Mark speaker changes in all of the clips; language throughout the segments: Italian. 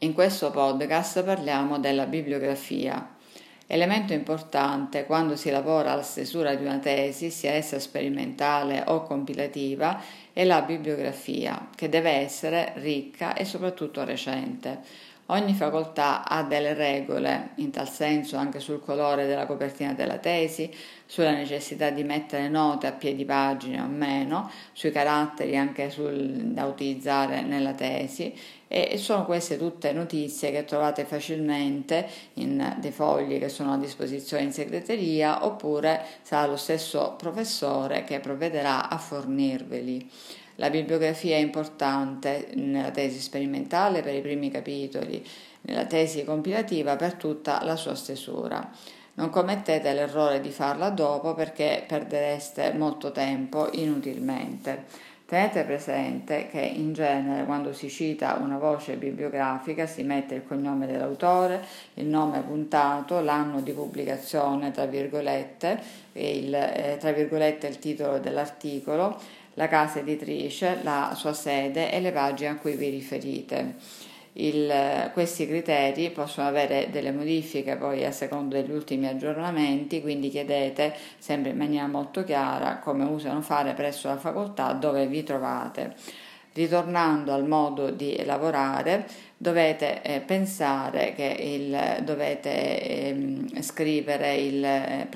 Speaker 1: In questo podcast parliamo della bibliografia. Elemento importante quando si lavora alla stesura di una tesi, sia essa sperimentale o compilativa, è la bibliografia, che deve essere ricca e soprattutto recente. Ogni facoltà ha delle regole, in tal senso anche sul colore della copertina della tesi, sulla necessità di mettere note a piedi pagina o meno, sui caratteri anche da utilizzare nella tesi, e sono queste tutte notizie che trovate facilmente in dei fogli che sono a disposizione in segreteria, oppure sarà lo stesso professore che provvederà a fornirveli. La bibliografia è importante nella tesi sperimentale per i primi capitoli, nella tesi compilativa per tutta la sua stesura. Non commettete l'errore di farla dopo, perché perdereste molto tempo inutilmente. Tenete presente che in genere quando si cita una voce bibliografica si mette il cognome dell'autore, il nome puntato, l'anno di pubblicazione, tra virgolette, il titolo dell'articolo, la casa editrice, la sua sede e le pagine a cui vi riferite. Questi criteri possono avere delle modifiche poi a seconda degli ultimi aggiornamenti, quindi chiedete sempre in maniera molto chiara, come usano fare presso la facoltà dove vi trovate. Ritornando al modo di lavorare, dovete pensare che dovete scrivere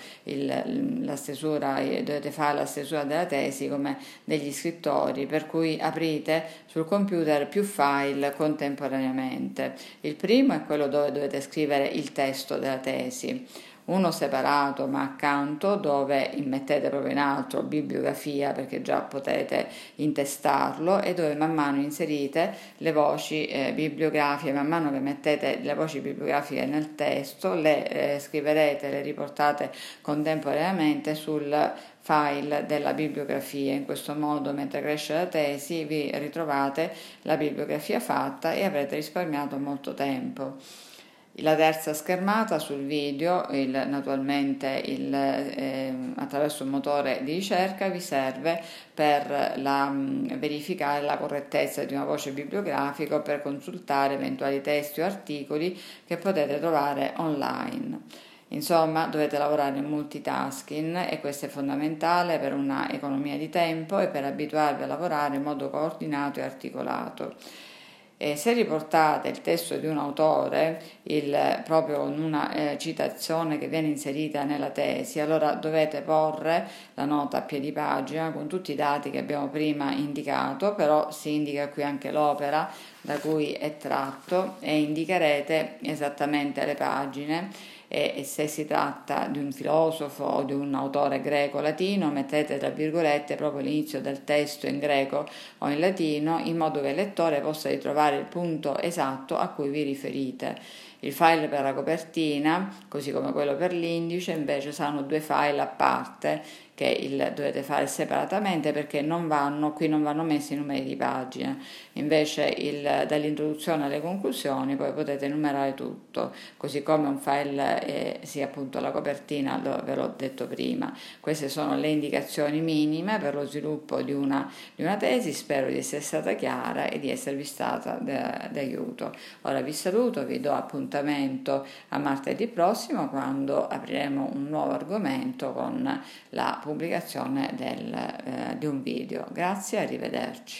Speaker 1: la stesura, dovete fare la stesura della tesi come degli scrittori, per cui aprite sul computer più file contemporaneamente. Il primo è quello dove dovete scrivere il testo della tesi, uno separato ma accanto dove mettete proprio in alto bibliografia, perché già potete intestarlo, e dove man mano inserite le voci bibliografiche. Man mano che mettete le voci bibliografiche nel testo, le scriverete, le riportate contemporaneamente sul file della bibliografia. In questo modo, mentre cresce la tesi, vi ritrovate la bibliografia fatta e avrete risparmiato molto tempo. La terza schermata sul video, naturalmente attraverso un motore di ricerca, vi serve per verificare la correttezza di una voce bibliografica o per consultare eventuali testi o articoli che potete trovare online. Insomma, dovete lavorare in multitasking, e questo è fondamentale per una economia di tempo e per abituarvi a lavorare in modo coordinato e articolato. Se riportate il testo di un autore proprio in una citazione che viene inserita nella tesi, allora dovete porre la nota a piedi pagina con tutti i dati che abbiamo prima indicato, però si indica qui anche l'opera da cui è tratto e indicherete esattamente le pagine. E se si tratta di un filosofo o di un autore greco-latino, mettete tra virgolette proprio l'inizio del testo in greco o in latino, in modo che il lettore possa ritrovare il punto esatto a cui vi riferite. Il file per la copertina, così come quello per l'indice, invece saranno due file a parte che dovete fare separatamente, perché qui non vanno messi i numeri di pagina. Invece dall'introduzione alle conclusioni poi potete numerare tutto, così come un file sia appunto la copertina, ve l'ho detto prima. Queste sono le indicazioni minime per lo sviluppo di una tesi. Spero di essere stata chiara e di esservi stata d'aiuto. Ora vi saluto, vi do appuntamento a martedì prossimo, quando apriremo un nuovo argomento con la pubblicazione di un video. Grazie, arrivederci.